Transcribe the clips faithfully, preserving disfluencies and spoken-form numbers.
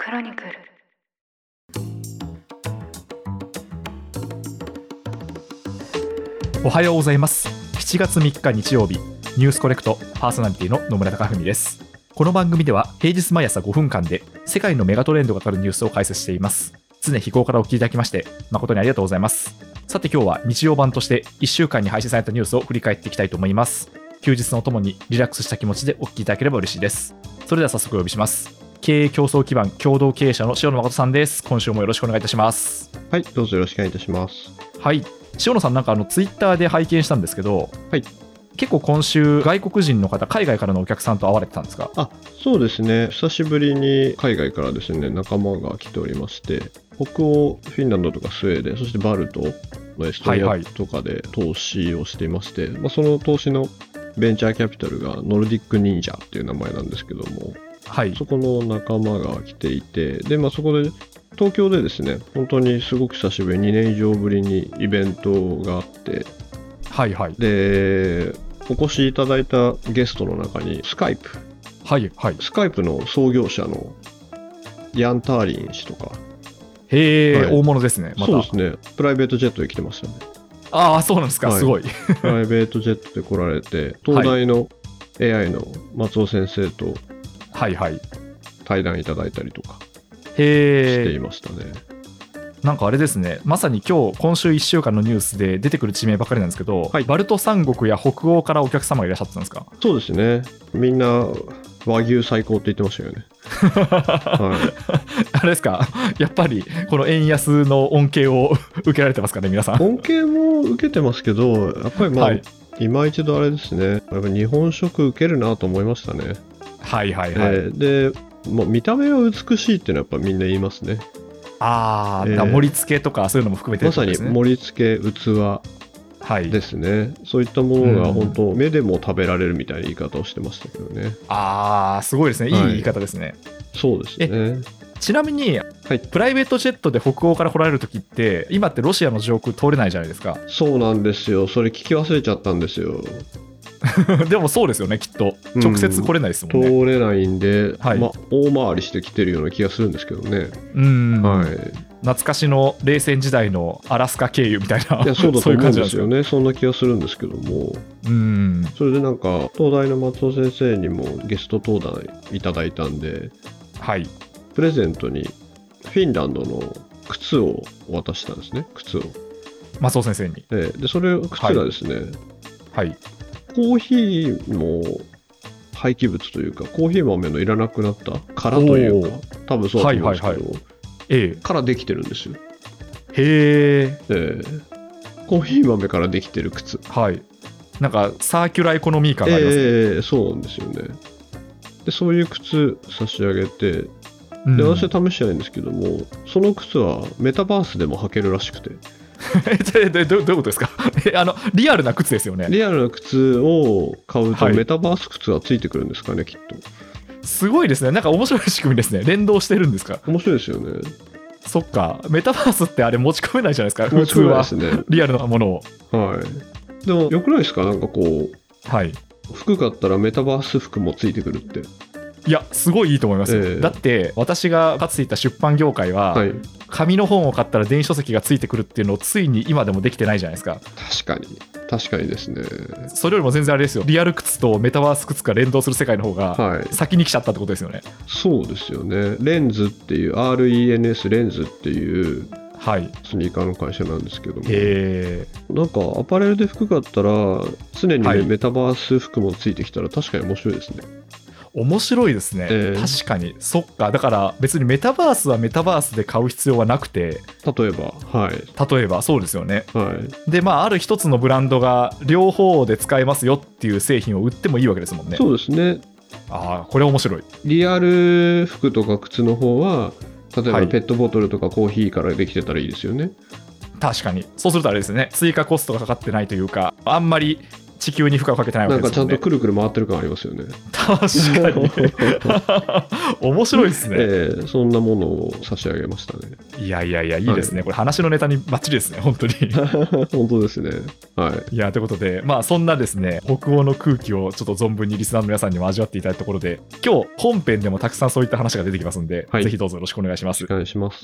クロニクル。 おはようございます。しちがつみっか日曜日、ニュースコレクトパーソナリティの野村貴文です。この番組では平日毎朝ごふんかんで世界のメガトレンドがかかるニュースを解説しています。常日頃からお聞きいただきまして誠にありがとうございます。さて今日は日曜版としていっしゅうかんに配信されたニュースを振り返っていきたいと思います。休日のともにリラックスした気持ちでお聞きいただければ嬉しいです。それでは早速お呼びします。経営競争基盤共同経営者の塩野誠さんです。今週もよろしくお願いいたします。 はい、どうぞよろしくお願いいたします。 はい、塩野さん、なんかあのツイッターで拝見したんですけど、 はい、 結構今週外国人の方、海外からのお客さんと会われてたんですか？ あ、そうですね、久しぶりに海外からですね仲間が来ておりまして、北欧フィンランドとかスウェーデン、そしてバルトのエストニアとかで投資をしていまして、はいはい、まあ、その投資のベンチャーキャピタルがノルディック忍者っていう名前なんですけども、はい、そこの仲間が来ていて、で、まあ、そこで東京でですね、本当にすごく久しぶり、にねん以上ぶりにイベントがあって、 はいはい、 でお越しいただいたゲストの中にスカイプ、 はいはい、 スカイプの創業者のヤン・ターリン氏とか、 へー、 はい、 大物ですね。またそうですね、プライベートジェットで来てましたね。 ああ、そうなんですか、はい、すごい。 プライベートジェットで来られて、東大の エーアイ の松尾先生と対談いただいたりとかしていましたね。 なんかあれですね、まさに今日今週いっしゅうかんのニュースで出てくる地名ばかりなんですけど、はい、バルト三国や北欧からお客様がいらっしゃってたんですか？ そうですね、みんな和牛最高って言ってましたよね。はい、 あれですか、やっぱりこの円安の恩恵を受けられてますかね、皆さん。 恩恵も受けてますけど、やっぱりまあ、はい、今一度あれですね、やっぱ日本食受けるなと思いましたね。 はいはいはい、 えー、で、もう見た目は美しいっていうのはやっぱみんな言いますね。 あー、えー、盛り付けとかそういうのも含めてですね。 まさに盛り付け、器ですね、はい、そういったものが本当、うん、目でも食べられるみたいな言い方をしてましたけどね。 あー、すごいですね、いい言い方ですね。はい、 そうですね。 ちなみに、はい、プライベートジェットで北欧から来られるときって今ってロシアの上空通れないじゃないですか。 そうなんですよ、それ聞き忘れちゃったんですよ。 でもそうですよね、きっと直接来れないですもんね。 通れないんで、はい、ま、大回りして来てるような気がするんですけどね。 うん、 はい、 懐かしの冷戦時代のアラスカ経由みたいな。 いや、そうだと思うんですよね。そんな気がするんですけども、 うん、 それでなんか東大の松尾先生にもゲスト登壇いただいたんで、 はい、 プレゼントにフィンランドの靴を渡したんですね。靴を松尾先生に。 で, でそれ靴がですね、 はいはい、 コーヒーの廃棄物というか、コーヒー豆のいらなくなった殻というか、多分そうだと思うんですけど、はいはいはい、ええ、からできてるんですよ。 へー、 えー、コーヒー豆からできてる靴、 はい、なんかサーキュラーエコノミー感がありますね。えー、そうなんですよね。でそういう靴差し上げて、で私は試してないんですけども、その靴はメタバースでも履けるらしくて。 えど, どういうことですか？あのリアルな靴ですよね。 リアルな靴を買うとメタバース靴がついてくるんですかね、はい、きっと。 すごいですね。なんか面白い仕組みですね。連動してるんですか？ 面白いですよね。 そっか、メタバースってあれ持ち込めないじゃないですか、 普通は。ですね、 リアルなものを。 はい。でもよくないですか、なんかこう、 はい、 服買ったらメタバース服もついてくるって。 いや、すごいいいと思いますよ。えー、だって私がかつていた出版業界は、はい、紙の本を買ったら電子書籍がついてくるっていうのをついに今でもできてないじゃないですか。 確かに確かにですね。 それよりも全然あれですよ、リアル靴とメタバース靴が連動する世界の方が先に来ちゃったってことですよね。 はい、そうですよね。レンズっていう アールイーエヌエス レンズっていうスニーカーの会社なんですけども、 へー、なんかアパレルで服買ったら常に、ね、はい、メタバース服もついてきたら確かに面白いですね。 面白いですね、えー、確かに。そっか、だから別にメタバースはメタバースで買う必要はなくて、 例えば、はい、 例えばそうですよね、 はい、 で、まあ、ある一つのブランドが両方で使えますよっていう製品を売ってもいいわけですもんね。 そうですね。 ああ、これ面白い。 リアル服とか靴の方は例えばペットボトルとかコーヒーからできてたらいいですよね。 はい、確かに。そうするとあれですね、追加コストがかかってないというか、あんまり地球に負荷をかけてないわけですもんね。 なんかちゃんとくるくる回ってる感ありますよね。 確かに面白いですね、 えー、そんなものを差し上げましたね。 いやいやいやいいですね、はい、これ話のネタにバッチリですね本当に本当ですね。はい。 いやということで、まあそんなですね北欧の空気をちょっと存分にリスナーの皆さんにも味わっていただいたところで、今日本編でもたくさんそういった話が出てきますので、はい、ぜひどうぞよろしくお願いします。 お願いします。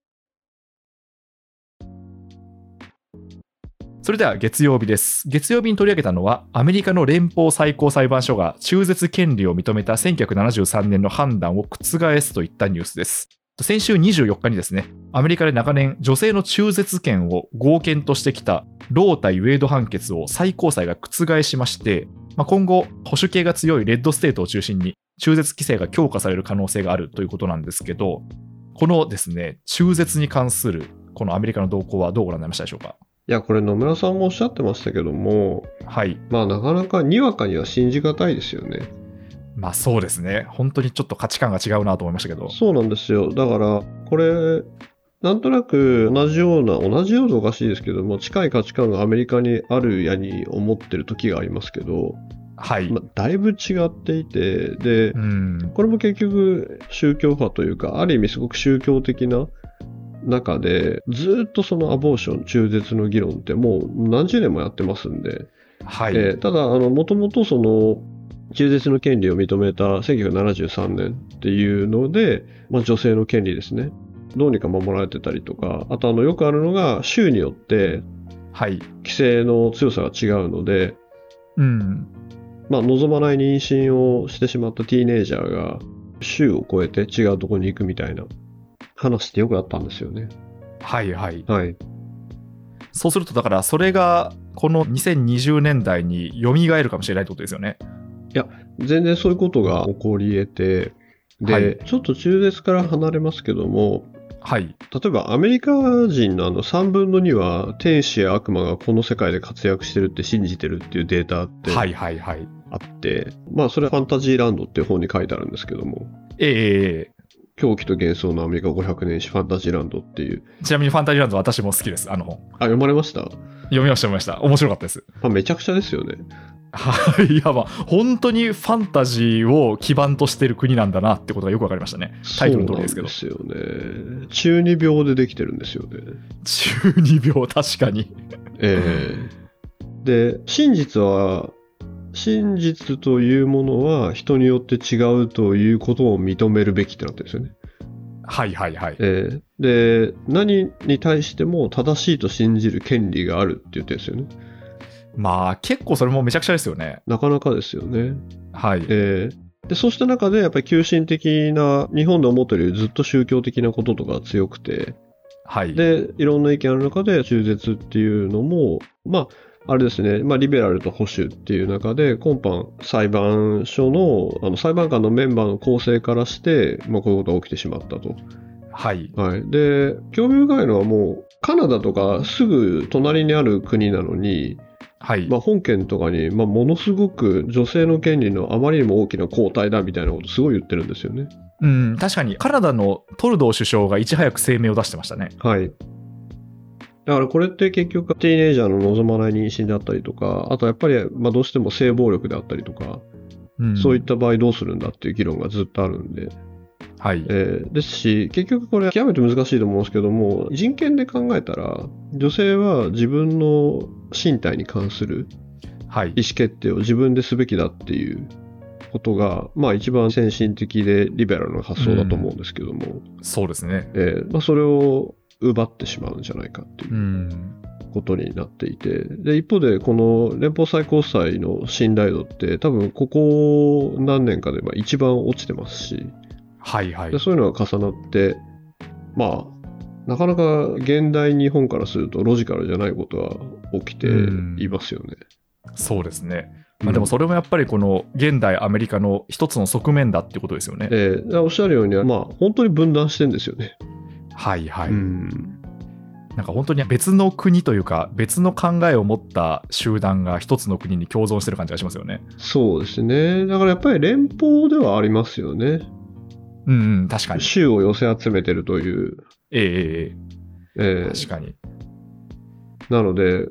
それでは月曜日です。月曜日に取り上げたのは、アメリカの連邦最高裁判所が中絶権利を認めたせんきゅうひゃくななじゅうさんねんの判断を覆すといったニュースです。先週にじゅうよっかにですね、アメリカで長年女性の中絶権を合憲としてきたロー対ウェイド判決を最高裁が覆しまして、まあ、今後保守系が強いレッドステートを中心に中絶規制が強化される可能性があるということなんですけど、このですね、中絶に関するこのアメリカの動向はどうご覧になりましたでしょうか。 いや、これ野村さんもおっしゃってましたけども、 はい。 まあなかなかにわかには信じがたいですよね。 まあそうですね。本当にちょっと価値観が違うなと思いましたけど。 そうなんですよ。だから、これ、なんとなく同じような、同じようなおかしいですけども、近い価値観がアメリカにあるやに思ってる時がありますけど、 はい。 まあ、だいぶ違っていて、で、 うん、 これも結局宗教派というか、ある意味すごく宗教的な中でずっとそのアボーション中絶の議論ってもう何十年もやってますんで、 はい。 えー、ただもともとその中絶の権利を認めたせんきゅうひゃくななじゅうさんねんっていうので、まあ、女性の権利ですね、どうにか守られてたりとか、あとあのよくあるのが州によって規制の強さが違うので、 うん、 まあ、望まない妊娠をしてしまったティーネイジャーが州を越えて違うところに行くみたいな話ってよくあったんですよね。 はいはい、 はい、 そうするとだからそれがこのにせんにじゅうねんだいに蘇るかもしれないってことですよね。 いや全然そういうことが起こり得て、で、はい、ちょっと中絶から離れますけども、 はい、 例えばアメリカ人のあのさんぶんのには天使や悪魔がこの世界で活躍してるって信じてるっていうデータってあって、はいはいはい、まあそれはファンタジーランドっていう本に書いてあるんですけども、 ええー狂気と幻想のアメリカごひゃくねん史ファンタジーランドっていう。 ちなみにファンタジーランド私も好きです、あの本。 あ、読まれました？ 読みました読みました。面白かったです。 まあ、めちゃくちゃですよね。 はい、いやまあ本当にファンタジーを基盤としてる国なんだなってことがよく分かりましたね。タイトルの通りですけど。 そうなんですよね。中二病でできてるんですよね。 中二病、確かに。 ええー、で、真実は真実というものは人によって違うということを認めるべきってなってるんですよね。 はいはいはい。 えー、で、何に対しても正しいと信じる権利があるって言ってるんですよね。 まあ結構それもめちゃくちゃですよね。 なかなかですよね。 はい。 えー、でそうした中でやっぱり急進的な、日本で思ってるよりずっと宗教的なこととか強くて、 はい。 で、いろんな意見ある中で中絶っていうのも、まあ、あれですね、まあ、リベラルと保守っていう中で、今般裁判所の、あの裁判官のメンバーの構成からして、まあ、こういうことが起きてしまったと。 はい。 はい。で、興味深いのはもう、カナダとかすぐ隣にある国なのに、 はい。 まあ、本件とかに、まあ、ものすごく女性の権利のあまりにも大きな後退だみたいなことすごい言ってるんですよね。 うん、確かにカナダのトルドー首相がいち早く声明を出してましたね。 はい。だからこれって結局ティーネイジャーの望まない妊娠であったりとか、あとやっぱりまあどうしても性暴力であったりとか、うん、そういった場合どうするんだっていう議論がずっとあるんで、 はいえー、ですし結局これ極めて難しいと思うんですけども、人権で考えたら女性は自分の身体に関する意思決定を自分ですべきだっていうことが、まあ、一番先進的でリベラルな発想だと思うんですけども、 うん、そうですね、 えーまあ、それを奪ってしまうんじゃないかっていうことになっていて、で一方でこの連邦最高裁の信頼度って多分ここ何年かで一番落ちてますし、 はいはい、 でそういうのが重なってまあなかなか現代日本からするとロジカルじゃないことは起きていますよね。そうですね。まあ、でもそれもやっぱりこの現代アメリカの一つの側面だっていうことですよね。 えー、おっしゃるように、まあ本当に分断してるんですよね。 はいはい、うん、なんか本当に別の国というか別の考えを持った集団が一つの国に共存してる感じがしますよね。 そうですね。だからやっぱり連邦ではありますよね。 うん、うん、確かに州を寄せ集めてるという。 ええええ、確かに。 なので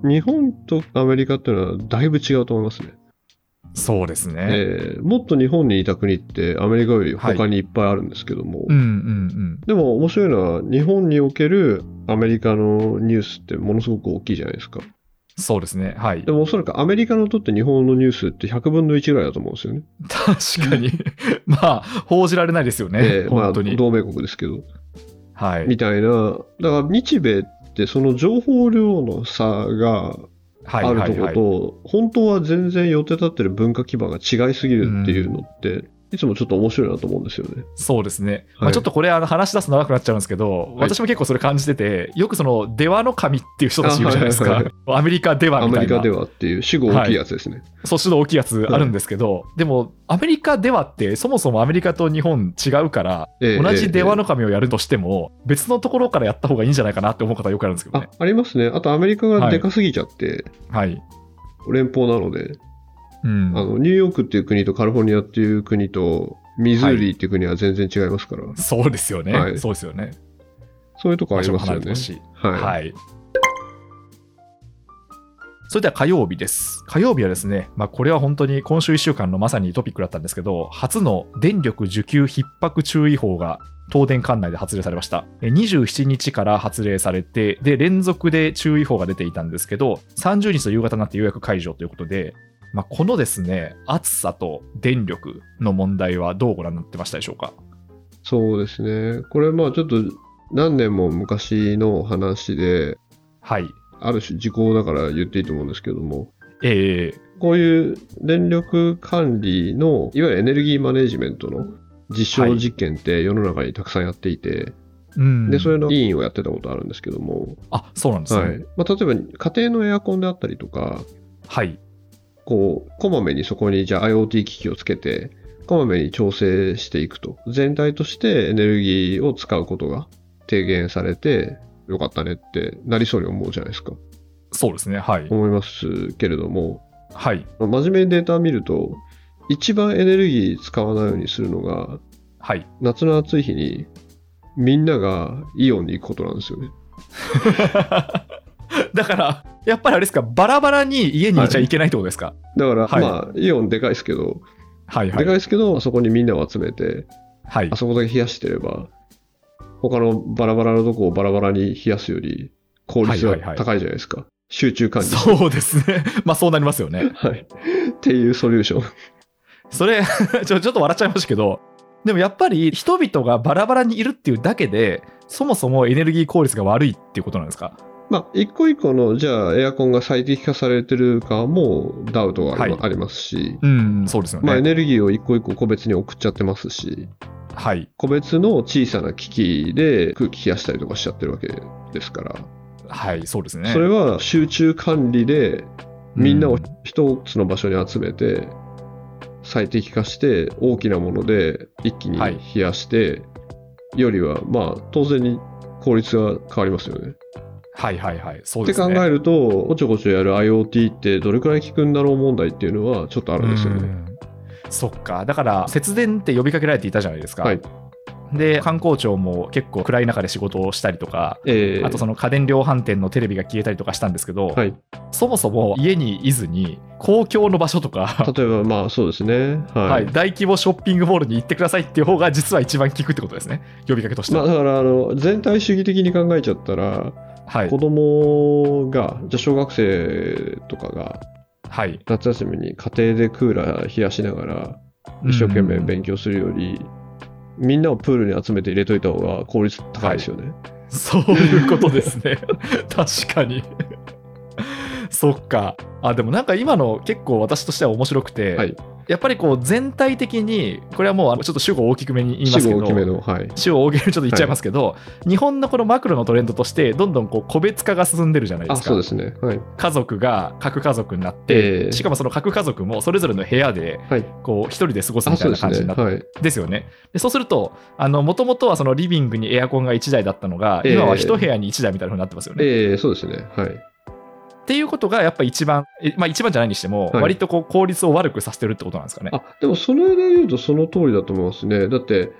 日本とアメリカっていうのはだいぶ違うと思いますね。 そうですね、 えー、もっと日本にいた国ってアメリカより他にいっぱいあるんですけども、 はい、うんうんうん、 でも面白いのは日本におけるアメリカのニュースってものすごく大きいじゃないですか。 そうですね、はい。 でもおそらくアメリカのとって日本のニュースってひゃくぶんのいちぐらいだと思うんですよね。 確かにまあ報じられないですよね、えー、本当に、 まあ、同盟国ですけど、 はい、 みたいな。だから日米ってその情報量の差があるところと、本当は全然予定立ってる文化基盤が違いすぎるっていうのって、いつもちょっと面白いなと思うんですよね。 そうですね、はい、まあ、ちょっとこれあの話し出すと長くなっちゃうんですけど、はい、私も結構それ感じてて、よくその出羽の神っていう人たちいるじゃないですか、はいはいはい、アメリカ出羽みたいな、 アメリカ出羽っていう主語大きいやつですね、はい、 そう主語大きいやつあるんですけど、はい、でもアメリカ出羽ってそもそもアメリカと日本違うから、えー、同じ出羽の神をやるとしても、えー、別のところからやった方がいいんじゃないかなって思う方よくあるんですけどね。 あ, ありますね。あとアメリカがでかすぎちゃって、 はい、はい、 連邦なので、 うん、 あのニューヨークっていう国とカリフォルニアっていう国とミズーリっていう国は全然違いますから、 はい、そうですよね、はい、そうですよね。 そういうとこありますよね。 はい、はい、それでは火曜日です。火曜日はですね、まあ、これは本当に今週いっしゅうかんのまさにトピックだったんですけど、初の電力需給逼迫注意報が東電管内で発令されました。にじゅうしちにちから発令されて、で連続で注意報が出ていたんですけど、さんじゅうにちの夕方になってようやく解除ということで、まあ、このですね、暑さと電力の問題はどうご覧になってましたでしょうか。 そうですね、これまあちょっと何年も昔の話で、 はい、 ある種時効だから言っていいと思うんですけども、 えー、 こういう電力管理のいわゆるエネルギーマネジメントの実証実験って世の中にたくさんやっていて、はい、うん、でそれの委員をやってたことあるんですけども、 あ、そうなんですね、 はい、まあ、例えば家庭のエアコンであったりとか、 はい、 こうこまめにそこにじゃあ IoT 機器をつけてこまめに調整していくと、全体としてエネルギーを使うことが低減されてよかったねってなりそうに思うじゃないですか。 そうですね、はい、 思いますけれども、 はい、 真面目にデータを見ると一番エネルギー使わないようにするのが、 はい、 夏の暑い日にみんながイオンに行くことなんですよねだからやっぱりあれですか、バラバラに家にいちゃいけないってことですか。はい、 だから、 はい、 まあイオンでかいですけど、 はいはい、 でかいですけど、あそこにみんなを集めて、 はい、 あそこだけ冷やしてれば他のバラバラのとこをバラバラに冷やすより効率が高いじゃないですか、はいはいはい、集中管理。 そうですねまあそうなりますよねはい、っていうソリューションそれちょ、ちょっと笑っちゃいましたけど、でもやっぱり人々がバラバラにいるっていうだけでそもそもエネルギー効率が悪いっていうことなんですか。 まあ一個一個のじゃあエアコンが最適化されてるかもダウトがあり、はい、ありますし、 うん、そうですよね。 まあエネルギーを一個一個個別に送っちゃってますし、 はい、 個別の小さな機器で空気冷やしたりとかしちゃってるわけですから、 はい、そうですね。 それは集中管理でみんなを一つの場所に集めて最適化して大きなもので一気に冷やしてよりは、まあ当然に効率が変わりますよね。 はいはいはい、そうですね。 って考えるとこちょこちょやる IoT ってどれくらい効くんだろう問題っていうのはちょっとあるんですよね。 そっか、だから節電って呼びかけられていたじゃないですか。はい、で観光庁も結構暗い中で仕事をしたりとか、えー、あとその家電量販店のテレビが消えたりとかしたんですけど、はい、そもそも家にいずに公共の場所とか例えばまあそうですね、はいはい、 大規模ショッピングモールに行ってくださいっていう方が実は一番効くってことですね、呼びかけとしては。 まあ、だからあの全体主義的に考えちゃったら、はい、子供がじゃあ小学生とかがはい、 夏休みに家庭でクーラー冷やしながら一生懸命勉強するより、うん、みんなをプールに集めて入れといた方が効率高いですよね。はい、 そういうことですね確かにそっか。あ、でもなんか今の結構私としては面白くて、はい、やっぱりこう全体的にこれはもうあのちょっと主語大きめに言いますけど、 主語大きめの、はい、 主語大きめにちょっと言っちゃいますけど、はい、日本のこのマクロのトレンドとしてどんどんこう個別化が進んでるじゃないですか。 あ、そうですね、はい、 家族が核家族になって、えー、しかもその核家族もそれぞれの部屋でこう一人で過ごすみたいな感じになって、はい、ですよね。でそうするともともとはそのリビングにエアコンがいちだいだったのが、えー、今は一部屋にいちだいみたいな風になってますよね。 えー、そうですね、はい。 っていうことがやっぱ一番、まあ、一番じゃないにしても割とこう効率を悪くさせてるってことなんですかね。 はい、あ、でもそれで言うとその通りだと思いますね。だって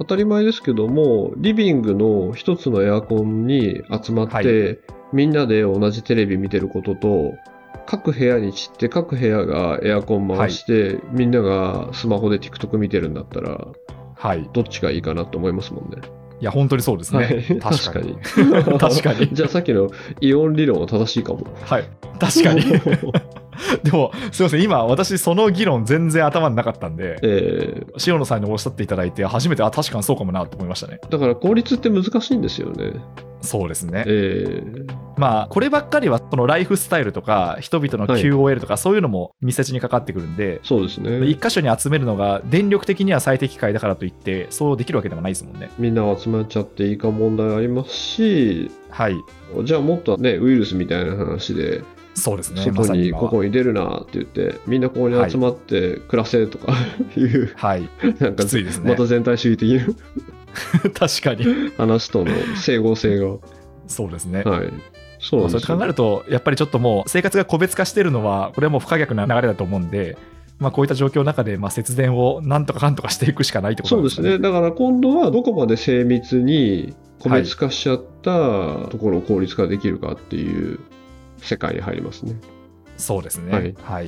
当たり前ですけども、リビングの一つのエアコンに集まって、はい、みんなで同じテレビ見てることと、各部屋に散って各部屋がエアコン回して、はい、みんながスマホで TikTok 見てるんだったら、はい、どっちがいいかなと思いますもんね。 いや本当にそうですね、はい、確かに確かにじゃあさっきのイオン理論は正しいかも。 はい確かにでもすいません、今私その議論全然頭になかったんで、えー、塩野さんにおっしゃっていただいて初めてあ確かにそうかもなと思いましたね。 だから効率って難しいんですよね。 そうですね、えー、まあこればっかりはそのライフスタイルとか人々の キューオーエル とかそういうのも密接にかかってくるんで、はい、 そうですね、 一箇所に集めるのが電力的には最適解だからといってそうできるわけでもないですもんね。 みんな集まっちゃっていいか問題ありますし、 はい、 じゃあもっとねウイルスみたいな話でそうですね、 外にここに出るなって言ってみんなここに集まって暮らせとかいう、 はい、 なんかきついですね、 また全体主義的な確かに話との整合性がそうですね、 はい、そうなんですよ。 それ考えるとやっぱりちょっともう生活が個別化してるのはこれはもう不可逆な流れだと思うんで、まあ、こういった状況の中でまあ節電をなんとかかんとかしていくしかないってことなんですね。 そうですね、だから今度はどこまで精密に個別化しちゃったところを効率化できるかっていう世界に入りますね。 そうですね、 はいはい、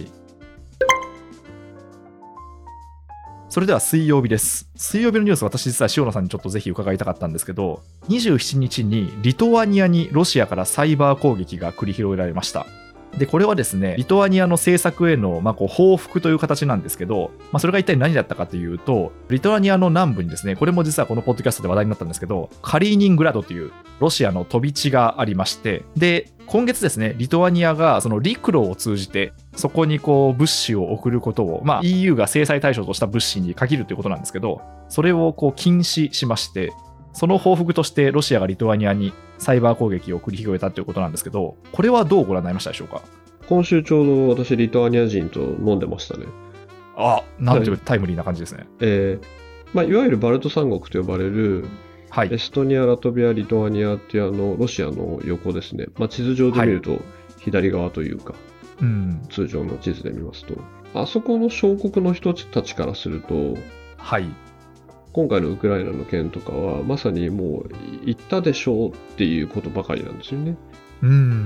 それでは水曜日です。水曜日のニュース、私実は塩野さんにちょっとぜひ伺いたかったんですけど、にじゅうしちにちにリトアニアにロシアからサイバー攻撃が繰り広げられました。でこれはですねリトアニアの政策への、まあ、こう報復という形なんですけど、まあ、それが一体何だったかというと、リトアニアの南部にですね、これも実はこのポッドキャストで話題になったんですけど、カリーニングラドというロシアの飛び地がありまして、で今月ですねリトアニアがその陸路を通じてそこにこう物資を送ることを、まあ、イーユー が制裁対象とした物資に限るということなんですけど、それをこう禁止しまして、その報復としてロシアがリトアニアにサイバー攻撃を繰り広げたということなんですけど、これはどうご覧になりましたでしょうか。 今週ちょうど私リトアニア人と飲んでましたね。 あ、なんていうタイムリーな感じですね。 えーまあ、いわゆるバルト三国と呼ばれる、はい、エストニア、ラトビア、リトアニアっていうあのロシアの横ですね、まあ、地図上で見ると左側というか、はい、うん、通常の地図で見ますと、あそこの小国の人たちからすると、はい、今回のウクライナの件とかはまさにもう言ったでしょうっていうことばかりなんですよね。うん、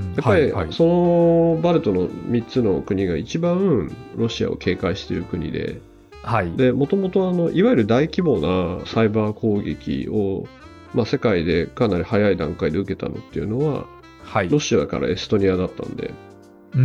やっぱり、はいはい、そのバルトのみっつの国が一番ロシアを警戒している国で、はい、でもともとあのいわゆる大規模なサイバー攻撃を、まあ、世界でかなり早い段階で受けたのっていうのは、はい、ロシアからエストニアだったんで、うん、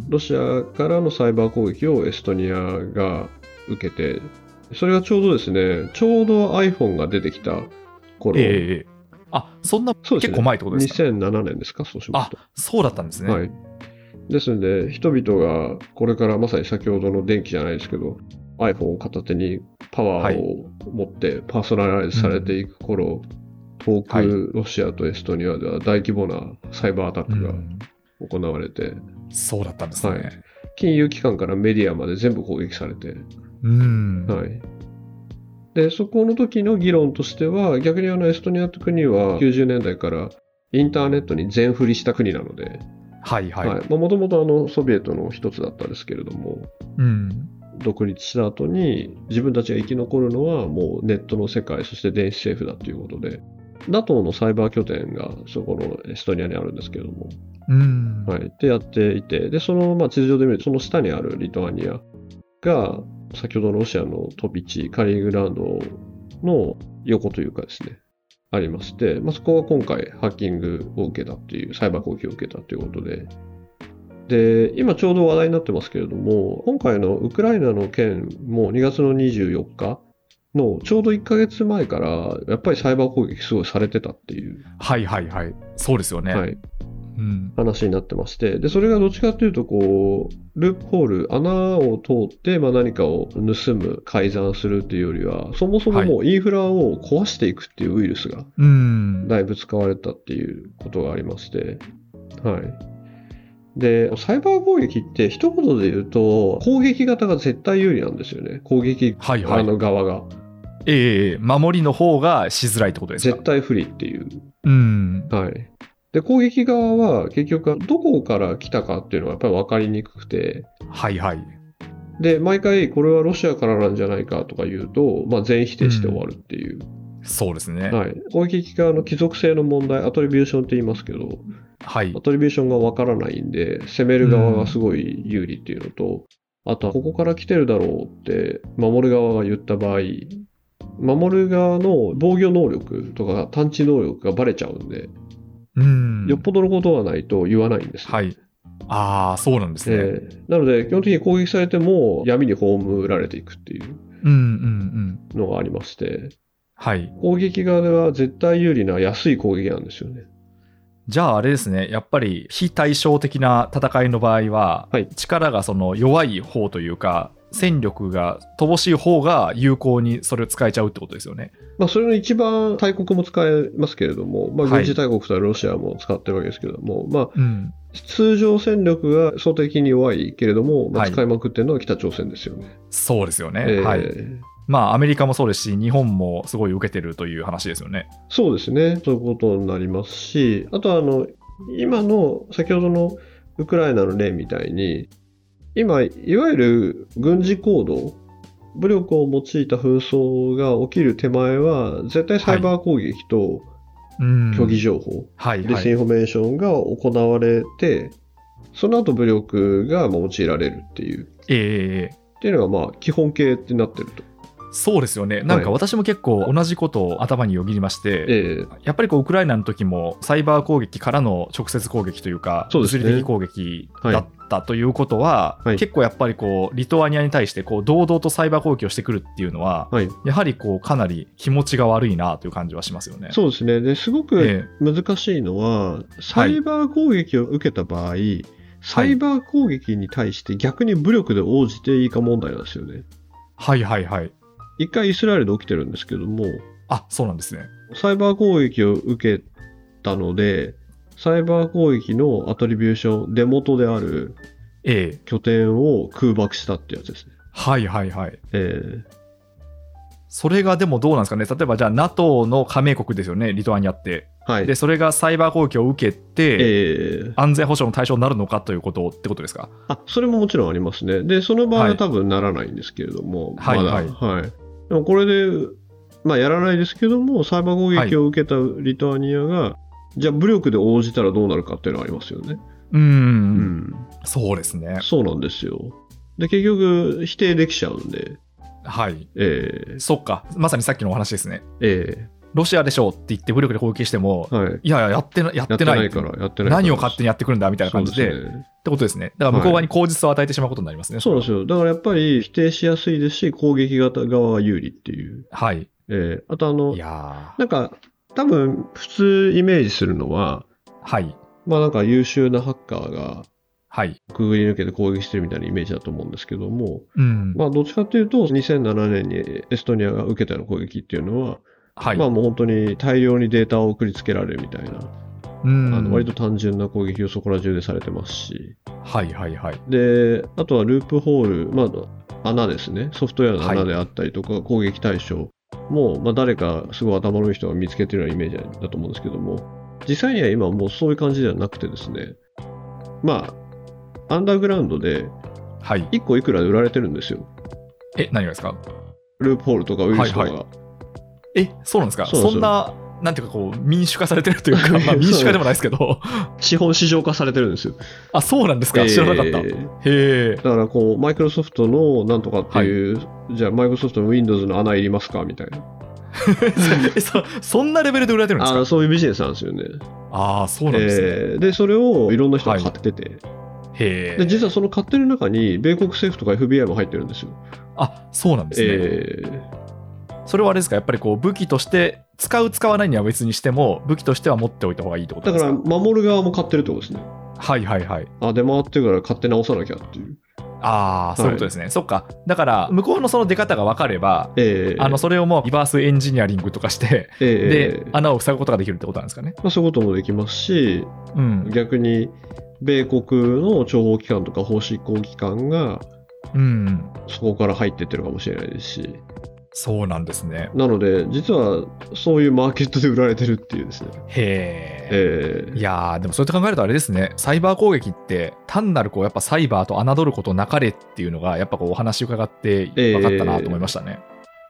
ロシアからのサイバー攻撃をエストニアが受けて、それがちょうどですね、ちょうど iPhone が出てきた頃、えーあ、そんな結構前ってことですか。 にせんななねんですか、そうしますと。 あ、そうだったんですね。 はい。ですので、人々がこれからまさに先ほどの電気じゃないですけど、iPhone を片手にパワーを持ってパーソナライズされていく頃、はい、遠くロシアとエストニアでは大規模なサイバーアタックが行われて、うん、 そうだったんですね、はい。 金融機関からメディアまで全部攻撃されて、うん、はい。でそこの時の議論としては、逆にあのエストニアという国はきゅうじゅうねんだいからインターネットに全振りした国なので、はいはい、もともとソビエトの一つだったんですけれども、うん、独立した後に自分たちが生き残るのはもうネットの世界、そして電子政府だということで、 ナトー のサイバー拠点がそこのエストニアにあるんですけれども、うんはい、でやっていて、でその、まあ、地図上で見るとその下にあるリトアニアが先ほどのロシアの飛び地カリーニングラードの横というかですねありまして、まあ、そこが今回ハッキングを受けたっていう、サイバー攻撃を受けたということで、で今ちょうど話題になってますけれども、今回のウクライナの件もにがつのにじゅうよっかのちょうどいっかげつまえからやっぱりサイバー攻撃すごいされてたっていう、 はいはいはい、そうですよね、はい、 うん、話になってまして、でそれがどっちかというとこうループホール、穴を通って、まあ、何かを盗む、改ざんするっていうよりは、そもそももうインフラを壊していくっていうウイルスがだいぶ使われたっていうことがありまして、はい、でサイバー攻撃って一言で言うと攻撃型が絶対有利なんですよね、攻撃側の側が、はいはい、 ええー、守りの方がしづらいってことですか。 絶対不利っていう、うん、はい。で攻撃側は結局どこから来たかっていうのはやっぱり分かりにくくて、はいはい。で毎回これはロシアからなんじゃないかとか言うと、まあ、全否定して終わるっていう、うん、 そうですね。 はい、攻撃側の帰属性の問題、アトリビューションって言いますけど、 はい。 アトリビューションがわからないんで、攻める側がすごい有利っていうのと、うん、あとはここから来てるだろうって守る側が言った場合、守る側の防御能力とか探知能力がバレちゃうんで、うん、よっぽどのことがないと言わないんです、ね。 はい。ああ、そうなんですね、 えー。なので基本的に攻撃されても闇に葬られていくっていうのがありまして、うんうんうん、はい、攻撃側では絶対有利な安い攻撃なんですよね。 じゃああれですね、やっぱり非対称的な戦いの場合は、はい、力がその弱い方というか戦力が乏しい方が有効にそれを使えちゃうってことですよね。 まあ、それの一番大国も使えますけれども、まあ、軍事大国とはロシアも使ってるわけですけれども、はい、まあうん、通常戦力が相対的に弱いけれども、まあ、使いまくってるのは北朝鮮ですよね。はい、 そうですよね、えーはい、まあアメリカもそうですし日本もすごい受けてるという話ですよね。 そうですね、そういうことになりますし、あとはあの今の先ほどのウクライナの例みたいに今いわゆる軍事行動、武力を用いた紛争が起きる手前は絶対サイバー攻撃と虚偽情報、はい、ディスインフォメーションが行われて、はいはい、その後武力が用いられるっていう、えー、っていうのがまあ基本形ってなってると。 そうですよね。なんか私も結構同じことを頭によぎりまして、はい、えー、やっぱりこうウクライナの時もサイバー攻撃からの直接攻撃というか物理的攻撃だったということは、はい、結構やっぱりこうリトアニアに対してこう堂々とサイバー攻撃をしてくるっていうのは、はい、やはりこうかなり気持ちが悪いなという感じはしますよね。 そうですね。ですごく難しいのは、えー、サイバー攻撃を受けた場合、はい、サイバー攻撃に対して逆に武力で応じていいか問題なんですよね。 はいはいはい。 一回イスラエルで起きてるんですけども、 あ、そうなんですね。 サイバー攻撃を受けたので、サイバー攻撃のアトリビューション、出元である拠点を空爆したってやつですね。 はいはいはい。えー、それがでもどうなんですかね。例えばじゃあ NATO の加盟国ですよね、リトアニアって。はい、でそれがサイバー攻撃を受けて、えー、安全保障の対象になるのかということってことですか。 あ、それももちろんありますね。でその場合は多分ならないんですけれども、はい、まだ、はいはいはい、でもこれで、まあ、やらないですけどもサイバー攻撃を受けたリトアニアが、はい、じゃあ武力で応じたらどうなるかっていうのがありますよね。 うん、うん、そうですね。 そうなんですよ。で結局否定できちゃうんで、 はい、えー、そっか、まさにさっきのお話ですね。えーロシアでしょって言って武力で攻撃しても、はい、いやいややってな、やってないからやってない何を勝手にやってくるんだみたいな感じ で, で、ね、ってことですね。だから向こう側に口実を与えてしまうことになりますね。はい、 そうなんですよ。だからやっぱり否定しやすいですし攻撃型側が有利っていう。はい。えー、あとあのいやなんか多分普通イメージするのは、はい。まあなんか優秀なハッカーがはい、くぐり抜けて攻撃してるみたいなイメージだと思うんですけども、うんまあ、どっちかというとにせんななねんにエストニアが受けたような攻撃っていうのは、はい、まあもう本当に大量にデータを送りつけられるみたいな、うん、あの割と単純な攻撃をそこら中でされてますし、はいはいはい、であとはループホール、まあ、穴ですね、ソフトウェアの穴であったりとか、はい、攻撃対象も、まあ、誰かすごい頭のいい人が見つけてるようなイメージだと思うんですけども、実際には今もうそういう感じではなくてですね、まあアンダーグラウンドでいっこいくらで売られてるんですよ。 え、何がですか？ ループホールとかウイルスとか、はいはい、 え、そうなんですか？ そ, そんななんていうかこう民主化されてるというか、まあ、民主化でもないですけど資本市場化されてるんですよ。 あ、そうなんですか、えー、知らなかった。へえ。だからこうマイクロソフトのなんとかっていう、はい、じゃあマイクロソフトの Windows の穴いりますかみたいなえ そ, そんなレベルで売られてるんですか？ あ、そういうビジネスなんですよね。 ああ、そうなんですね、えー、でそれをいろんな人が買ってて、はい、 へで実はその買ってる中に米国政府とか エフビーアイ も入ってるんですよ。 あ、そうなんですね、えー、それはあれですか、やっぱりこう武器として使う使わないには別にしても武器としては持っておいた方がいいってことですか？ だから守る側も買ってるってことですね。 はいはいはい。 あ、出回ってるから買って直さなきゃっていう。 ああ、そういうことですね、はい、そっか。だから向こうのその出方が分かれば、えー、あのそれをもうリバースエンジニアリングとかして、えー、で穴を塞ぐことができるってことなんですかね。 まあ、そういうこともできますし、うん、逆に米国の諜報機関とか法執行機関が、うん、そこから入ってってるかもしれないですし。 そうなんですね。 なので実はそういうマーケットで売られてるっていうですね。 へえ。いやー、でもそうやって考えるとあれですね、サイバー攻撃って単なるこうやっぱサイバーと侮ることなかれっていうのがやっぱこうお話伺って分かったなと思いましたね。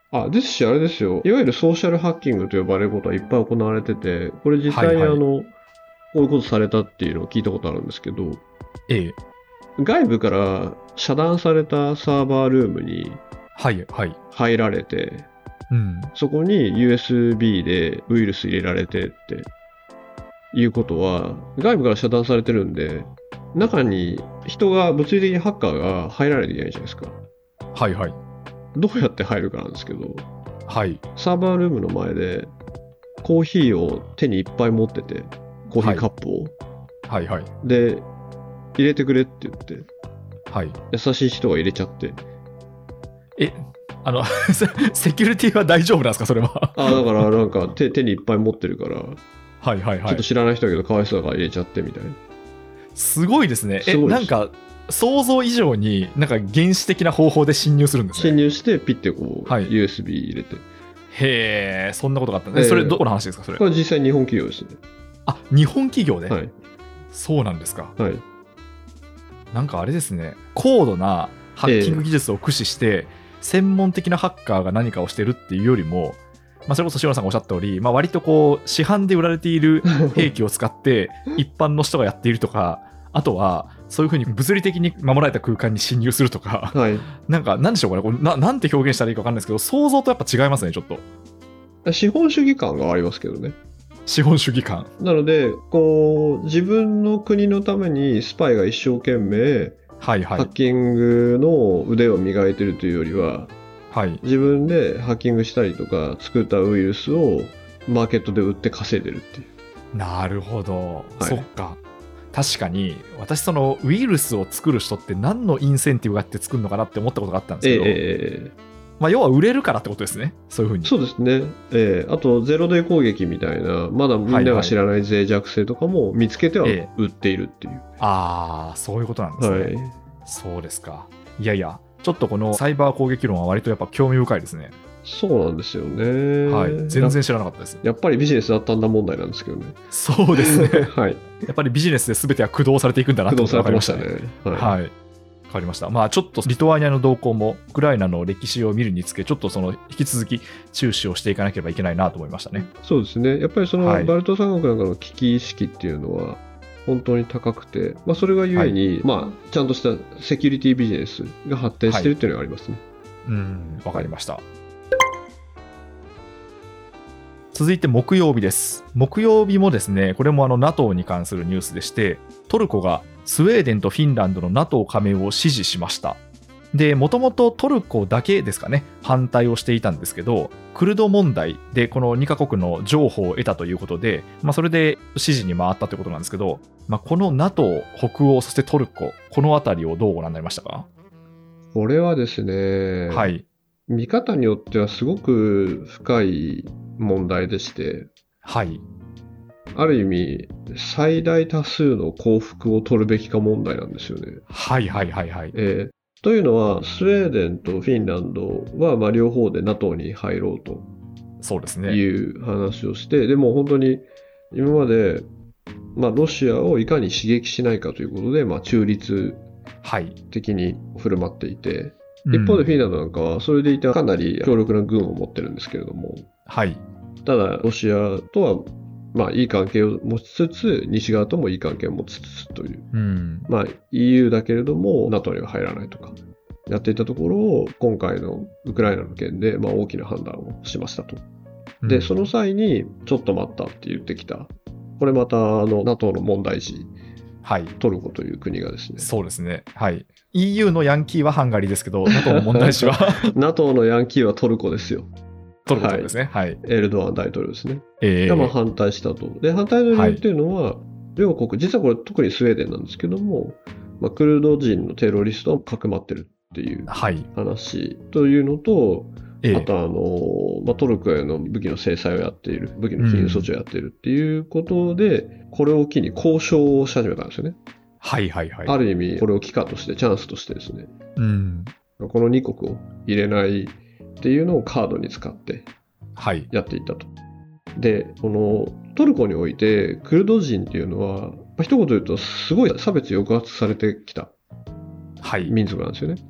あ、ですし、あれですよ。いわゆるソーシャルハッキングと呼ばれることはいっぱい行われてて、これ実際にあの、 はいはい、 こういうことされたっていうのを聞いたことあるんですけど、 ええ、 外部から遮断されたサーバールームにはいはい、 入られて、 うん、 そこに ユーエスビー でウイルス入れられてっていうことは、外部から遮断されてるんで、中に人が、物理的にハッカーが入らないといけないじゃないですか。 はいはい、 どうやって入るかなんですけど、 はい、 サーバールームの前でコーヒーを手にいっぱい持ってて、コーヒーカップを、 はいはい、 で入れてくれって言って、 はい、 優しい人が入れちゃって、 え、あのセキュリティは大丈夫なんですか、それは。 あだからなんか 手, 手にいっぱい持ってるから、 はいはいはい、 ちょっと知らない人だけどかわいそうだから入れちゃってみたいな。 すごいですね。え、 すごいですなんか想像以上になんか原始的な方法で侵入するんですね。 侵入してピッてこう、 はい、 ユーエスビー 入れて。 へえ、そんなことがあったんで、 えーそれどこの話ですか、それ。 これ実際日本企業ですね。 あ、日本企業で、 はいそうなんですか。 はい。 なんかあれですね、高度なハッキング技術を駆使して、えー、専門的なハッカーが何かをしてるっていうよりも、まあ、それこそ塩野さんがおっしゃった通り、まあ、割とこう市販で売られている兵器を使って一般の人がやっているとか、あとはそういうふうに物理的に守られた空間に侵入するとか、 はい、 なんかなんでしょうかね、これ な, なんて表現したらいいか分かんないですけど、想像とやっぱ違いますね、ちょっと。 資本主義感がありますけどね。 資本主義感。 なのでこう自分の国のためにスパイが一生懸命、 はいはい、 ハッキングの腕を磨いてるというよりは、 はい、 自分でハッキングしたりとか作ったウイルスをマーケットで売って稼いでるっていう。 なるほど、 はい、 そっか。確かに私そのウイルスを作る人って何のインセンティブがあって作るのかなって思ったことがあったんですけど、 えーまあ、要は売れるからってことですね、そういうふうに。 そうですね、えー、あとゼロデイ攻撃みたいなまだみんなが知らない脆弱性とかも見つけては売っているっていう、えー、 ああ、そういうことなんですね、 はい、 そうですか。いやいや、ちょっとこのサイバー攻撃論は割とやっぱ興味深いですね。 そうなんですよね、 はい、全然知らなかったです。 やっぱりビジネスだったんだ問題なんですけどね。 そうですね、 はい、 やっぱりビジネスで全ては駆動されていくんだなってことが分かりましたね。 駆動されてましたね。 はい、はい、分かりました。まあちょっとリトアニアの動向もウクライナの歴史を見るにつけ、ちょっとその引き続き注視をしていかなければいけないなと思いましたね。 そうですね、やっぱりそのはい、 バルト三国なんかの危機意識っていうのは本当に高くて、まあ、それがゆえに、はい、まあ、ちゃんとしたセキュリティビジネスが発展しているっていうのがありますね。 はい、うん、わかりました。続いて木曜日です。木曜日もですね、これもあの NATO に関するニュースでして、トルコがスウェーデンとフィンランドの NATO 加盟を支持しました。で、もともとトルコだけですかね、反対をしていたんですけど、クルド問題でこのにカ国の譲歩を得たということで、まあ、それで支持に回ったということなんですけど、まあ、この NATO、北欧、そしてトルコ、このあたりをどうご覧になりましたか？ これはですね、 はい、 見方によってはすごく深い問題でして、 はい、 ある意味最大多数の降伏を取るべきか問題なんですよね。 はいはいはいはい。 えー、というのはスウェーデンとフィンランドはまあ両方で NATO に入ろうとそうですね。 いう話をして、でも本当に今まで、まあ、ロシアをいかに刺激しないかということで、まあ、中立的に振る舞っていて、はい、一方でフィンランドなんかはそれでいてかなり強力な軍を持ってるんですけれども、 はい、 ただロシアとはまあいい関係を持ちつつ西側ともいい関係を持ちつつという、 うん、まあイーユー だけれども NATO には入らないとかやっていたところを今回のウクライナの件でまあ大きな判断をしましたと。で、その際にちょっと待ったって言ってきた、これまたあの NATO の問題児、はい、トルコという国がですね、 そうですね、はい、イーユー のヤンキーはハンガリーですけど NATO の問題児は NATO のヤンキーはトルコですよ。 トルコですね、はい、 エルドアン大統領ですね、 えー、 がまあ反対したと。で、反対の理由っていうのは、はい、両国、実はこれ特にスウェーデンなんですけども、まあ、クルド人のテロリストをかくまってるっていう話というのと、はい、あとあの、まあ、トルコへの武器の制裁をやっている、武器の禁輸措置をやっているっていうことで、うん、これを機に交渉をし始めたんですよね。 はいはいはい。ある意味、これを機会として、チャンスとしてですね、 うん、 このに国を入れないっていうのをカードに使ってやっていったと。はい、で、このトルコにおいて、クルド人っていうのは、まあ、一言言うと、すごい差別抑圧されてきた民族なんですよね。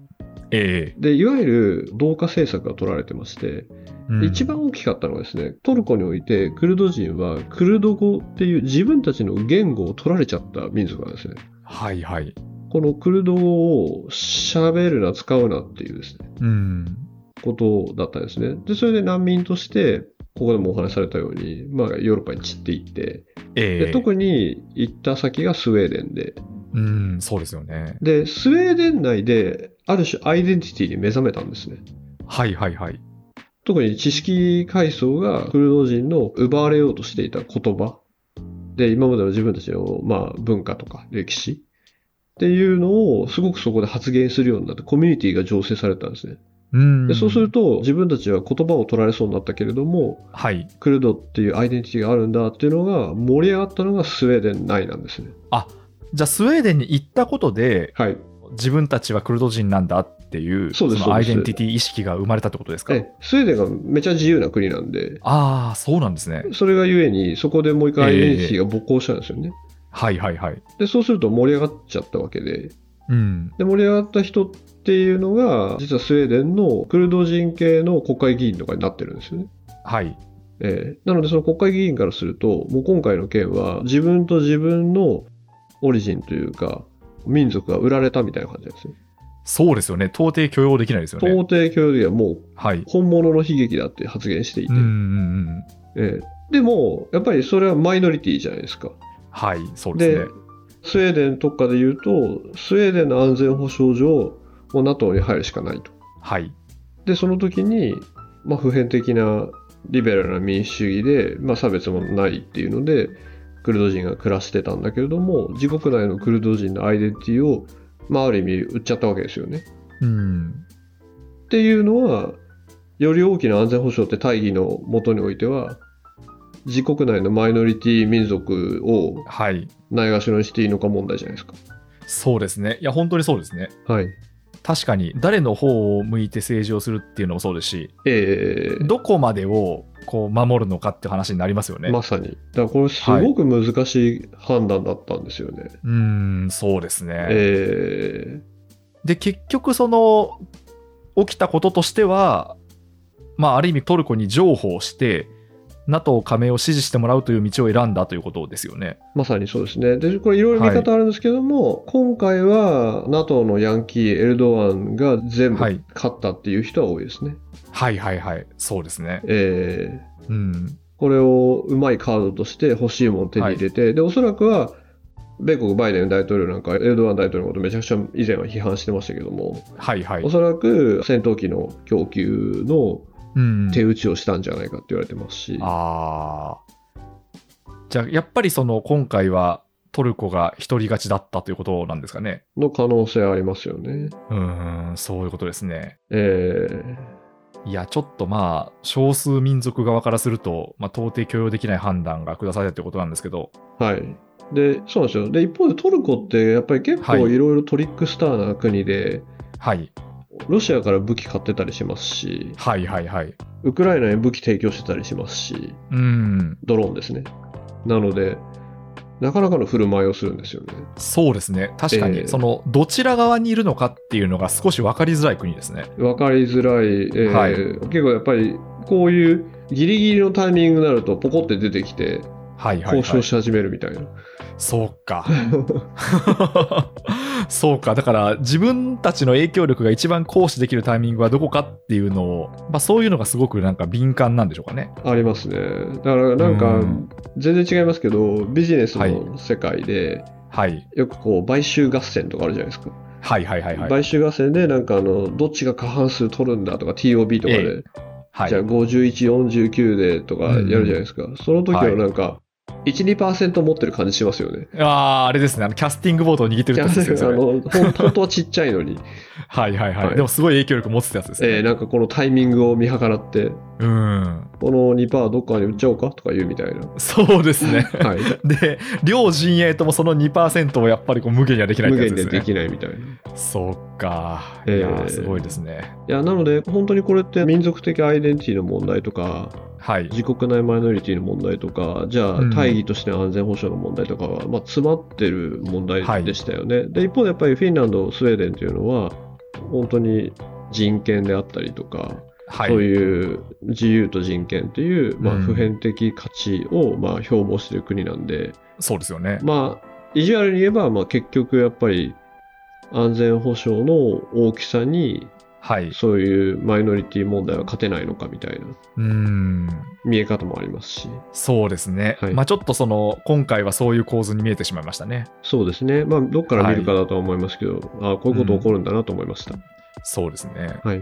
ええで、いわゆる同化政策が取られてまして、 うん一番大きかったのはですね、トルコにおいてクルド人はクルド語っていう自分たちの言語を取られちゃった民族なんですね。 はいはい。 このクルド語を喋るな、使うなっていうですね、 うん。 ことだったんですね。で、それで難民として、ここでもお話しされたように、まあ、ヨーロッパに散っていって、 ええで特に行った先がスウェーデンで、 うん、そうですよね。 で、スウェーデン内である種アイデンティティに目覚めたんですね。 はいはいはい。 特に知識階層がクルド人の奪われようとしていた言葉で、今までの自分たちの、まあ、文化とか歴史っていうのをすごくそこで発言するようになって、コミュニティが醸成されたんですね。 うんでそうすると自分たちは言葉を取られそうになったけれども、 はい。 クルドっていうアイデンティティがあるんだっていうのが盛り上がったのがスウェーデン内なんですね。 あ、じゃあスウェーデンに行ったことで、 はい。 自分たちはクルド人なんだっていう、 そうですそのアイデンティティ意識が生まれたってことですか？ えスウェーデンがめちゃ自由な国なんで、 ああ、そうなんですね。 それがゆえにそこでもう一回アイデンティティが勃興したんですよね。 はいはいはい。 で、そうすると盛り上がっちゃったわけで、 うん。 で盛り上がった人っていうのが実はスウェーデンのクルド人系の国会議員とかになってるんですよね。 はい。 えーなのでその国会議員からすると、もう今回の件は自分と自分のオリジンというか民族が売られたみたいな感じなんですね。 そうですよね。到底許容できないですよね。 到底共有ではもうはい。 本物の悲劇だって発言していて、 うんうんうん。 えーでもやっぱりそれはマイノリティじゃないですか。 はい、そうですでね。 スウェーデンとかで言うと、スウェーデンの安全保障上もう NATO に入るしかないと。 はい。 でその時に、まあ、普遍的なリベラルな民主主義で、まあ、差別もないっていうのでクルド人が暮らしてたんだけれども、自国内のクルド人のアイデンティティを、まあ、ある意味売っちゃったわけですよね。 うん。 っていうのは、より大きな安全保障って大義のもとにおいては、自国内のマイノリティ民族をはい。 ないがしろにしていいのか問題じゃないですか。 そうですね。いや、本当にそうですね。 はい。 確かに、誰の方を向いて政治をするっていうのもそうですし、 えー、 どこまでをこう守るのかって話になりますよね。 まさに。だからこれすごく難しい判断だったんですよね。 うーん、そうですね。 えで、結局、その、起きたこととしては、まあ、ある意味トルコに譲歩をして、NATO 加盟を支持してもらうという道を選んだということですよね。 まさにそうですね。で、これいろいろ見方あるんですけども、今回は NATO のヤンキー、エルドアンが全部はい勝ったっていう人は多いですね。 はいはいはい。そうですね。 えーうん。 これをうまいカードとして欲しいものを手に入れて、で、おそらくは、米国バイデン大統領なんかエルドアン大統領のことめちゃくちゃ以前は批判してましたけども、 はいはいお。そらく戦闘機の供給のうん。 手打ちをしたんじゃないかって言われてますし、 ああ。じゃあ、やっぱりその今回はトルコが一人勝ちだったということなんですかね。 の可能性ありますよね。 うーん、そういうことですね。 えいや、ちょっとまあ、少数民族側からすると、まあ、到底許容できない判断が下されたということなんですけど、 ーはい。で、そうなんですよ。で、一方でトルコってやっぱり結構はいいろいろトリックスターな国で、 はい。 ロシアから武器買ってたりしますし、 はいはいはい。 ウクライナに武器提供してたりしますし、 うーん、 ドローンですね。なので、なかなかの振る舞いをするんですよね。 そうですね。確かに、 えーその、どちら側にいるのかっていうのが少し分かりづらい国ですね。 わかりづらい、えーはい結構やっぱりこういうギリギリのタイミングになるとポコって出てきてはいはい、はい。 交渉し始めるみたいな。 そうか。そうか。だから自分たちの影響力が一番行使できるタイミングはどこかっていうのを、まあ、そういうのがすごくなんか敏感なんでしょうかね。 ありますね。だからなんかうん全然違いますけど、ビジネスの世界ではい。 よくこう買収合戦とかあるじゃないですか。 はいはいはいはい。 買収合戦でなんかあのどっちが過半数取るんだとか ティーオービー とかで、 ええはい。 じゃあごじゅういち、よんじゅうきゅうでとかやるじゃないですか。その時はなんかいち、にパーセント 持ってる感じしますよね。 ああ、あれですね。あのキャスティングボードを握ってるいやってやつですよあね。 のほん本当はちっちゃいのに、 はいはいはい。 はいでもすごい影響力持つってやつですね。 えーなんかこのタイミングを見計らってうん。 この にパーセント どっかに売っちゃおうかとか言うみたいな。 そうですね。 はい、 で、両陣営ともその にパーセント をやっぱりこう無限にはできないっ無てやつですね。 限でできないみたいな。いそうか。いえやーー、すごいですね。 やなので本当にこれって民族的アイデンティティの問題とかはい。 自国内マイノリティの問題とか、じゃあうん大義としての安全保障の問題とかは、まあ、詰まってる問題でしたよね。で一方でやっぱりフィンランド、スウェーデンというのは本当に人権であったりとか、 はい、 そういう自由と人権という、まあ、普遍的価値をまあ標榜している国なんで、 そうですよね。 まあ、意地悪に言えば、まあ、結局やっぱり安全保障の大きさに、 はい、 そういうマイノリティ問題は勝てないのかみたいなうーん見え方もありますし。 そうですね、 はい、 まあ、ちょっとその今回はそういう構図に見えてしまいましたね。 そうですね、まあ、どっから見るかだとは思いますけど、はい、あこういうこと起こるんだなと思いました。 うん、そうですね、 はい、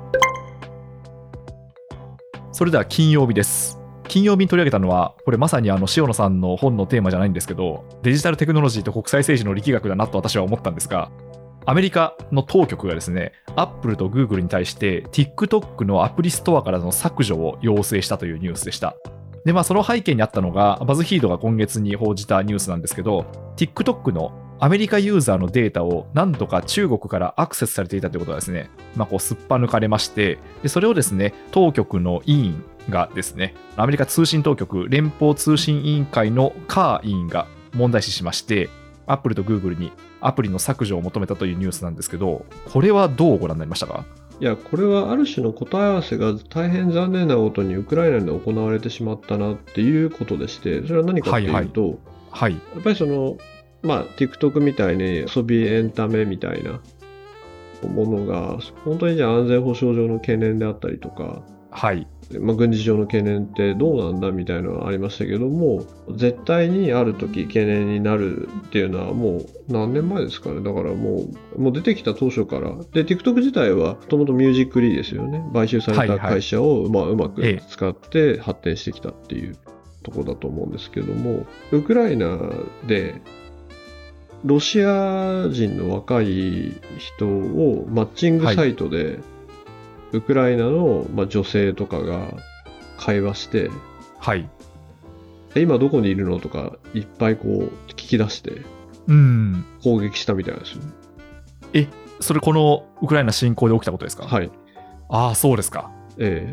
それでは金曜日です。金曜日に取り上げたのは、これまさにあの塩野さんの本のテーマじゃないんですけど、デジタルテクノロジーと国際政治の力学だなと私は思ったんですが、アメリカの当局がですね、アップルとグーグルに対して TikTok のアプリストアからの削除を要請したというニュースでした。で、まあその背景にあったのが、バズフィードが今月に報じたニュースなんですけど、TikTok のアメリカユーザーのデータを何度か中国からアクセスされていたということがですね、まあこうすっぱ抜かれまして、でそれをですね、当局の委員がですね、アメリカ通信当局連邦通信委員会のカー委員が問題視しまして、アップルとグーグルにアプリの削除を求めたというニュースなんですけど、これはどうご覧になりましたか？ いや、これはある種の答え合わせが大変残念なことにウクライナで行われてしまったなっていうことでして、それは何かっていうと、はいはい、 やっぱりその、まあ、TikTok みたいに遊びエンタメみたいなものが本当にじゃあ安全保障上の懸念であったりとか、 はい、 まあ、軍事上の懸念ってどうなんだみたいなのがありましたけども、絶対にある時懸念になるっていうのはもう何年前ですかね。だからもう、もう出てきた当初から。で、TikTok 自体はもともとミュージックリーですよね。買収された会社を、はいはい、まあ、うまく使って発展してきたっていうところだと思うんですけども、ウクライナでロシア人の若い人をマッチングサイトで、はい、ウクライナの、まあ、女性とかが会話して、 はい、 今どこにいるのとかいっぱいこう聞き出して攻撃したみたいなんですよね。 え、それこのウクライナ侵攻で起きたことですか？ はい。 ああ、そうですか。 え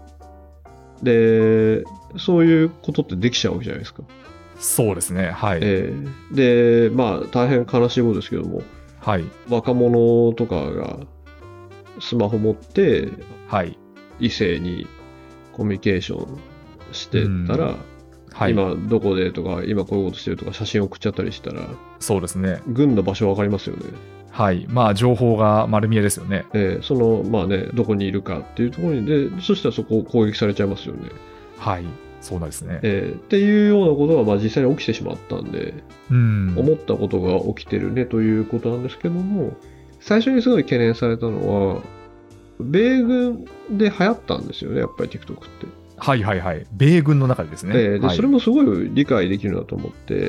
え。で、そういうことってできちゃうわけじゃないですか。 そうですね。はい。 ええ。で、まあ大変悲しいことですけども、 はい、若者とかがスマホ持って、 はい、 異性にコミュニケーションしてたら、はい、今どこでとか今こういうことしてるとか写真送っちゃったりしたら、 そうですね、 軍の場所分かりますよね。 はい、まあ情報が丸見えですよね。 えー、そのまあね、どこにいるかっていうところにで、そしたらそこを攻撃されちゃいますよね。 はい、そうなんですね。 えー、っていうようなことがまあ実際に起きてしまったんで、 うん、 思ったことが起きてるねということなんですけども、最初にすごい懸念されたのは、米軍で流行ったんですよね、やっぱり TikTok って。 はいはいはい。米軍の中でですね。 えー、で、 はい、 それもすごい理解できるなと思って、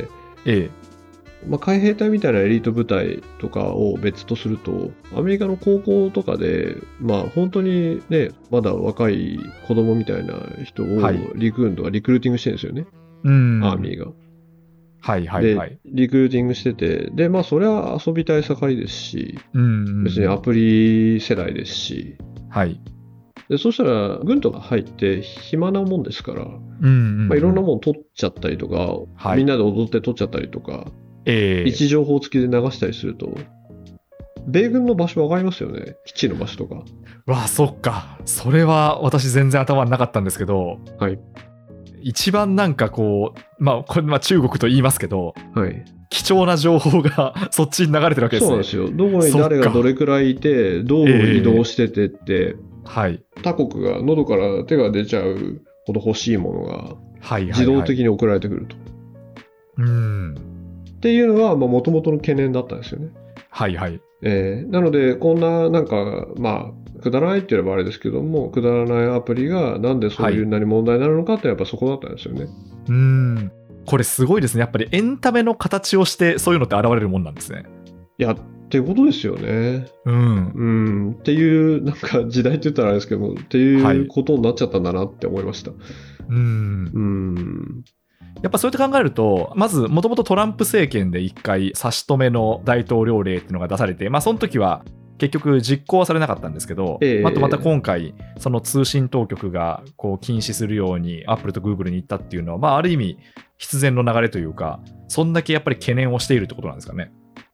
ええ、 まあ、海兵隊みたいなエリート部隊とかを別とすると、アメリカの高校とかで、まあ本当にね、まだ若い子供みたいな人を陸軍とかリクルーティングしてるんですよね、 うん、 アーミーが。 はいはいはい。 で、リクルーティングしてて、で、まあそれは遊びたい盛りですし、 うん、 別にアプリ世代ですし、 はい。 でそしたら軍とか入って暇なもんですから、 うんうんうん、 まあ、いろんなもの取っちゃったりとか、はい、みんなで踊って取っちゃったりとか、えー、位置情報付きで流したりすると、米軍の場所分かりますよね、基地の場所とか。 わあ、そっか。それは私全然頭になかったんですけど、 はい、 一番なんかこう、まあこれまあ中国と言いますけど、 はい、 貴重な情報がそっちに流れてるわけですね。 そうなんですよ。どこに誰がどれくらいいて、どう移動しててって、えーはい、 他国が喉から手が出ちゃうほど欲しいものが自動的に送られてくると。 はいはいはい、うんっていうのがもともとの懸念だったんですよね。 はいはい。 えー、なのでこんななんかまあくだらないって言えばあれですけども、くだらないアプリがなんでそういうなり問題になるのかってやっぱそこだったんですよね。はい、 うーんこれすごいですね。やっぱりエンタメの形をしてそういうのって現れるもんなんですね。 いやっていうことですよね。 うん、 うん、っていうなんか時代って言ったらあれですけども、っていうことになっちゃったんだなって思いました。はい、 うんうんやっぱそうやって考えると、まずもともとトランプ政権で一回差し止めの大統領令っていうのが出されて、まあその時は結局実行はされなかったんですけど、えー、あとまた今回その通信当局がこう禁止するようにアップルとグーグルに行ったっていうのは、まあある意味必然の流れというか、そんだけやっぱり懸念をしているってことなんですかね。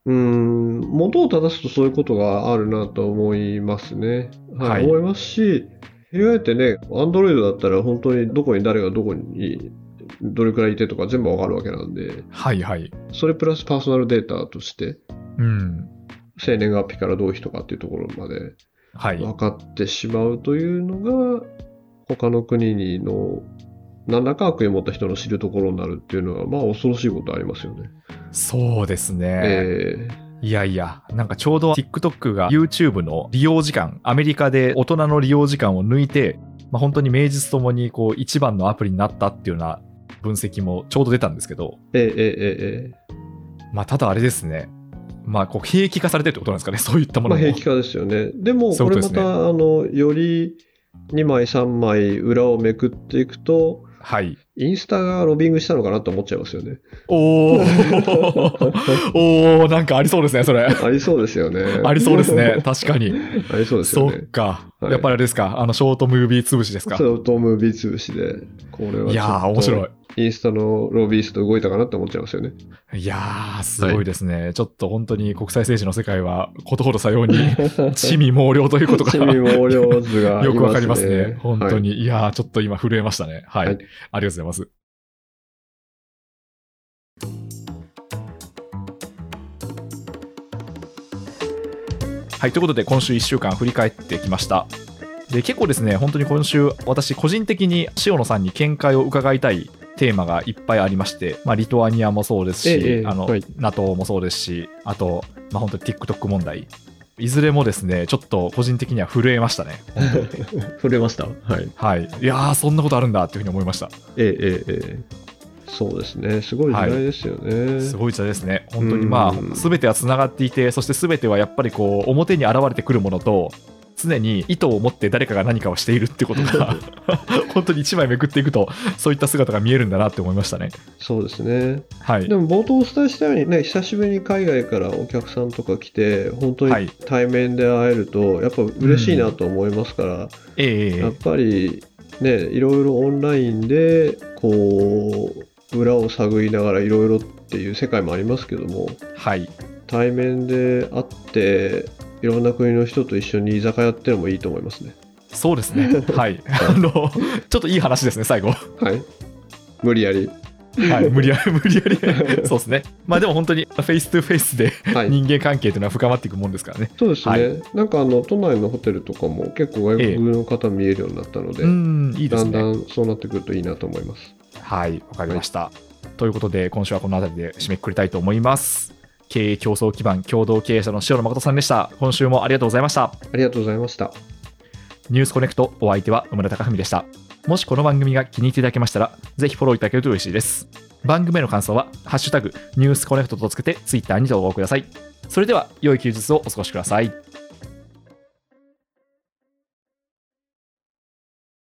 うーん、元を正すとそういうことがあるなと思いますね。はい、はい、思いますし、翻ってね、Android だったら本当にどこに誰がどこにどれくらいいてとか全部わかるわけなんで、 はいはい。 それプラスパーソナルデータとして、 うん、 生年月日からどういう人かっていうところまで分かってしまうというのが、はい、他の国にの何らか悪意を持った人の知るところになるっていうのは、まあ恐ろしいことありますよね。 そうですね。 えー、 いやいや、なんかちょうど TikTok が YouTube の利用時間、アメリカで大人の利用時間を抜いて、まあ、本当に名実ともにこう一番のアプリになったっていうような分析もちょうど出たんですけど、 えー、えー、えー、 まあただあれですね。まあこう兵器化されてるってことなんですかね、そういったものも。 まあ、兵器化ですよね。でもこれまた、ね、あのよりにまいさんまい裏をめくっていくと、 はい、 インスタがロビングしたのかなと思っちゃいますよね。 おーおー、なんかありそうですね、それ。 ありそうですよね。 ありそうですね、確かに。 ありそうですよね。 そっか、はい、やっぱりあれですか、あのショートムービー潰しですか。 ショートムービー潰しで、これはちょっといやー面白い。 インスタのロビースト動いたかなって思っちゃいますよね。 いやーすごいですね、はい、ちょっと本当に国際政治の世界はことほどさように地味猛量ということが地味猛量図が、ね、 よくわかりますね、本当に、はい、いやーちょっと今震えましたね。はい、はい、ありがとうございます。はい、ということで今週いっしゅうかん振り返ってきました。で結構ですね、本当に今週私個人的に塩野さんに見解を伺いたいテーマがいっぱいありまして、まあ、リトアニアもそうですし、ええあのはい、NATO もそうですし、あと、まあ、本当に TikTok 問題、いずれもですねちょっと個人的には震えましたね。 震えました。はい、 はい、いやーそんなことあるんだっていうふうに思いました。 ええええそうですね、すごい時代ですよね。 はい、すごい時代ですね。本当にまあ全てはつながっていて、そして全てはやっぱりこう表に現れてくるものと、常に意図を持って誰かが何かをしているってことが本当に一枚めくっていくとそういった姿が見えるんだなって思いましたね。 そうですね、 はい、 でも冒頭お伝えしたようにね、久しぶりに海外からお客さんとか来て本当に対面で会えるとやっぱ嬉しいなと思いますから、うんえー、やっぱりねいろいろオンラインでこう裏を探りながらいろいろっていう世界もありますけども、 はい、 対面で会っていろんな国の人と一緒に居酒屋やってのもいいと思いますね。 そうですね。はい。あの、ちょっといい話ですね、最後。 はい。無理やり。 はい、無理やり、無理やり。そうですね。まあでも本当にフェイストゥフェイスで人間関係というのは深まっていくもんですからね。 そうですね。はい、なんかあの、都内のホテルとかも結構外国の方見えるようになったので、ええ、うんいいですね、だんだんそうなってくるといいなと思います。 はい、わかりました。はい、ということで、今週はこの辺りで締めくくりたいと思います。経営競争基盤共同経営者の塩野誠さんでした。今週もありがとうございました。 ありがとうございました。 ニュースコネクト、お相手は野村貴文でした。もしこの番組が気に入っていただけましたら、ぜひフォローいただけると嬉しいです。番組への感想はハッシュタグニュースコネクトとつけてツイッターに投稿ください。それでは良い休日をお過ごしください。